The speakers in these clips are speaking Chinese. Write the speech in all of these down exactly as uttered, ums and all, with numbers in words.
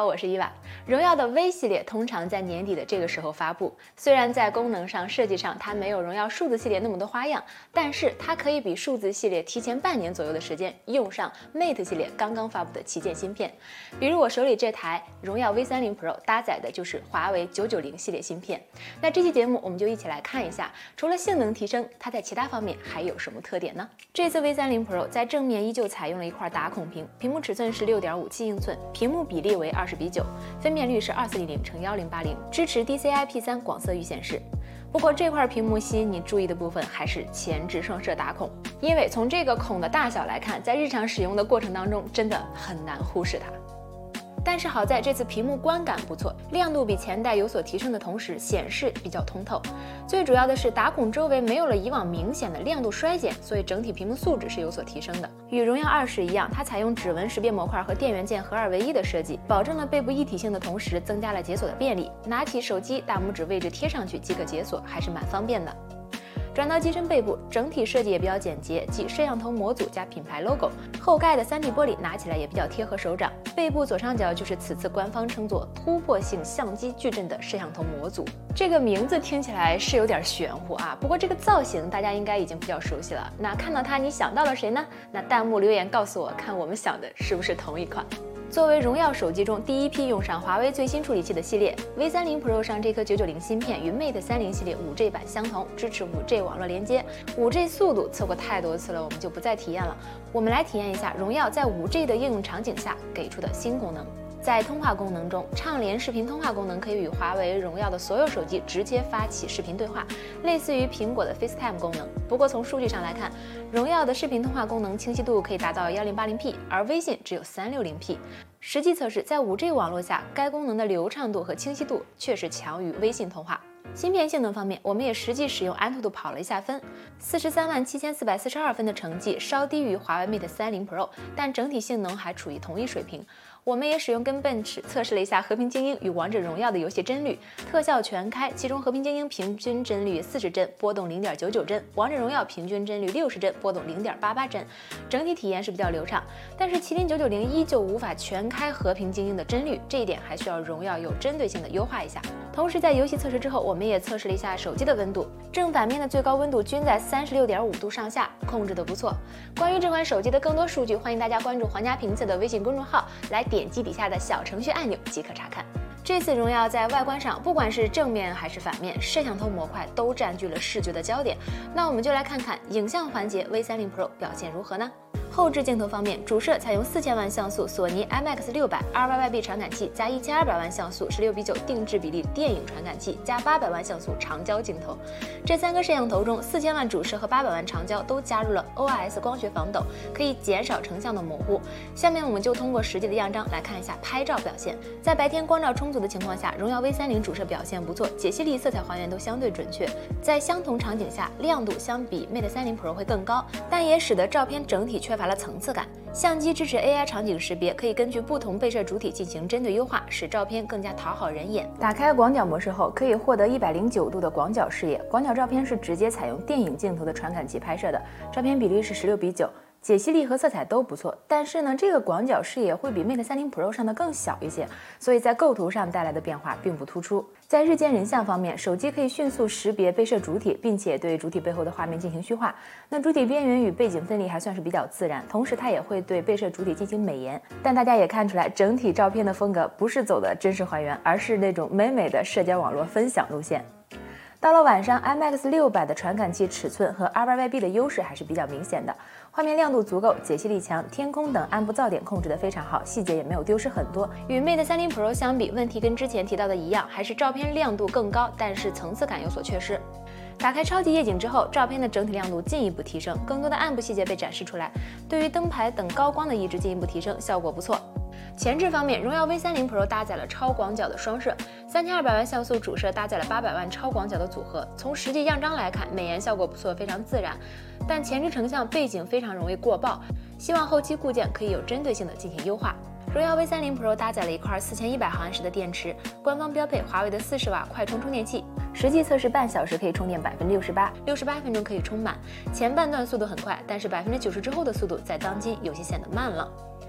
好，我是伊娃。荣耀的 V 系列通常在年底的这个时候发布，虽然在功能上、设计上它没有荣耀数字系列那么多花样，但是它可以比数字系列提前半年左右的时间用上 Mate 系列刚刚发布的旗舰芯片。比如我手里这台荣耀 V 三十 Pro 搭载的就是华为九九零系列芯片。那这期节目我们就一起来看一下，除了性能提升，它在其他方面还有什么特点呢？这次 V 三十 Pro 在正面依旧采用了一块打孔屏，屏幕尺寸是 六点五七英寸，屏幕比例为二十比九，分辨率是二四零零乘一零八零，支持 D C I P 三 广色域显示。不过这块屏幕吸引你注意的部分还是前置双摄打孔，因为从这个孔的大小来看，在日常使用的过程当中真的很难忽视它。但是好在这次屏幕观感不错，亮度比前代有所提升的同时，显示比较通透。最主要的是打孔周围没有了以往明显的亮度衰减，所以整体屏幕素质是有所提升的。与荣耀二十一样，它采用指纹识别模块和电源键合二为一的设计，保证了背部一体性的同时，增加了解锁的便利。拿起手机，大拇指位置贴上去即可解锁，还是蛮方便的。转到机身背部，整体设计也比较简洁，即摄像头模组加品牌 logo， 后盖的 三 D 玻璃拿起来也比较贴合手掌。背部左上角就是此次官方称作突破性相机矩阵的摄像头模组。这个名字听起来是有点玄乎啊，不过这个造型大家应该已经比较熟悉了。那看到它你想到了谁呢？那弹幕留言告诉我，看我们想的是不是同一款。作为荣耀手机中第一批用上华为最新处理器的系列 ，V 三十 Pro 上这颗九九零芯片与 Mate 三十系列 五 G 版相同，支持 五 G 网络连接。五 G 速度测过太多次了，我们就不再体验了。我们来体验一下荣耀在 五 G 的应用场景下给出的新功能。在通话功能中，畅联视频通话功能可以与华为、荣耀的所有手机直接发起视频对话，类似于苹果的 FaceTime 功能。不过从数据上来看，荣耀的视频通话功能清晰度可以达到 一零八零P， 而微信只有 三六零P。实际测试在 五 G 网络下，该功能的流畅度和清晰度确实强于微信通话。芯片性能方面，我们也实际使用安兔兔跑了一下分，四十三万七千四百四十二分的成绩稍低于华为 Mate 三十 Pro， 但整体性能还处于同一水平。我们也使用跟奔驰测试了一下和平精英与王者荣耀的游戏帧率，特效全开，其中和平精英平均帧率四十帧，波动 零点九九帧，王者荣耀平均帧率六十帧，波动 零点八八帧，整体体验是比较流畅。但是麒麟九九零依旧无法全开和平精英的帧率，这一点还需要荣耀有针对性的优化一下。同时在游戏测试之后，我们也测试了一下手机的温度，正反面的最高温度均在 三十六点五度上下，控制的不错。关于这款手机的更多数据，欢迎大家关注皇家评测的微信公众号，来点击底下的小程序按钮即可查看。这次荣耀在外观上，不管是正面还是反面，摄像头模块都占据了视觉的焦点。那我们就来看看影像环节 V 三十 Pro 表现如何呢？后置镜头方面，主摄采用四千万像素索尼 I M A X 六百 二八 Y B 传感器加一千二百万像素十六比九定制比例电影传感器加八百万像素长焦镜头。这三个摄像头中，四千万主摄和八百万长焦都加入了 O I S 光学防抖，可以减少成像的模糊。下面我们就通过实际的样张来看一下拍照表现。在白天光照充足的情况下，荣耀 V 三十 主摄表现不错，解析力、色彩还原都相对准确。在相同场景下，亮度相比 Mate 三十 Pro 会更高，但也使得照片整体缺乏了层次感。相机支持 A I 场景识别，可以根据不同被摄主体进行针对优化，使照片更加讨好人眼。打开广角模式后，可以获得一百零九度的广角视野。广角照片是直接采用电影镜头的传感器拍摄的，照片比例是十六比九。解析力和色彩都不错，但是呢，这个广角视野会比 Mate 三十 Pro 上的更小一些，所以在构图上带来的变化并不突出。在日间人像方面，手机可以迅速识别被摄主体，并且对主体背后的画面进行虚化。那主体边缘与背景分离还算是比较自然，同时它也会对被摄主体进行美颜。但大家也看出来，整体照片的风格不是走的真实还原，而是那种美美的社交网络分享路线。到了晚上 I M A X 六百的传感器尺寸和 二八 Y B 的优势还是比较明显的，画面亮度足够，解析力强，天空等暗部噪点控制得非常好，细节也没有丢失很多。与 Mate 三十 Pro 相比，问题跟之前提到的一样，还是照片亮度更高，但是层次感有所缺失。打开超级夜景之后，照片的整体亮度进一步提升，更多的暗部细节被展示出来，对于灯牌等高光的抑制进一步提升，效果不错。前置方面，荣耀 V 三十 Pro 搭载了超广角的双摄，三千二百万像素主摄搭载了八百万超广角的组合。从实际样张来看，美颜效果不错，非常自然。但前置成像背景非常容易过曝，希望后期固件可以有针对性的进行优化。荣耀 V 三十 Pro 搭载了一块四千一百毫安时的电池，官方标配华为的四十瓦快充充电器，实际测试半小时可以充电百分之六十八，六十八分钟可以充满。前半段速度很快，但是百分之九十之后的速度在当今有些显得慢了。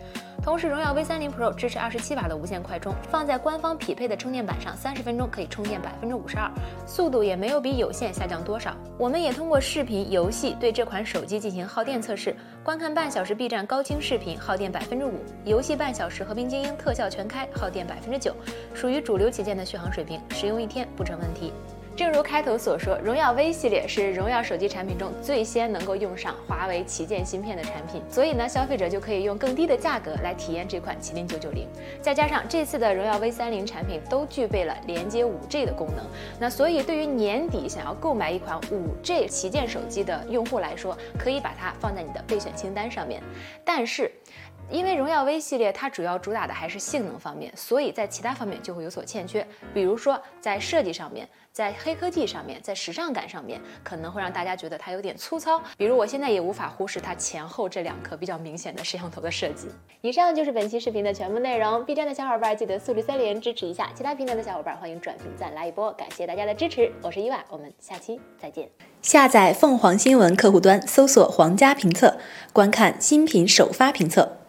同时，荣耀 V 三十 Pro 支持二十七瓦的无线快充，放在官方匹配的充电板上，三十分钟可以充电百分之五十二，速度也没有比有线下降多少。我们也通过视频、游戏对这款手机进行耗电测试，观看半小时 B 站高清视频，耗电百分之五；游戏半小时和平精英特效全开，耗电百分之九，属于主流旗舰的续航水平，使用一天不成问题。正如开头所说，荣耀 V 系列是荣耀手机产品中最先能够用上华为旗舰芯片的产品，所以呢，消费者就可以用更低的价格来体验这款麒麟九九零。再加上这次的荣耀 V 三十 产品都具备了连接 五 G 的功能，那所以对于年底想要购买一款 五 G 旗舰手机的用户来说，可以把它放在你的备选清单上面。但是，因为荣耀 V 系列它主要主打的还是性能方面，所以在其他方面就会有所欠缺，比如说在设计上面，在黑科技上面，在时尚感上面，可能会让大家觉得它有点粗糙。比如我现在也无法忽视它前后这两颗比较明显的摄像头的设计。以上就是本期视频的全部内容。B 站的小伙伴记得素质三连支持一下，其他平台的小伙伴欢迎转评赞来一波，感谢大家的支持。我是伊娃，我们下期再见。 下载凤凰新闻客户端，搜索皇家评测，观看新品首发评测。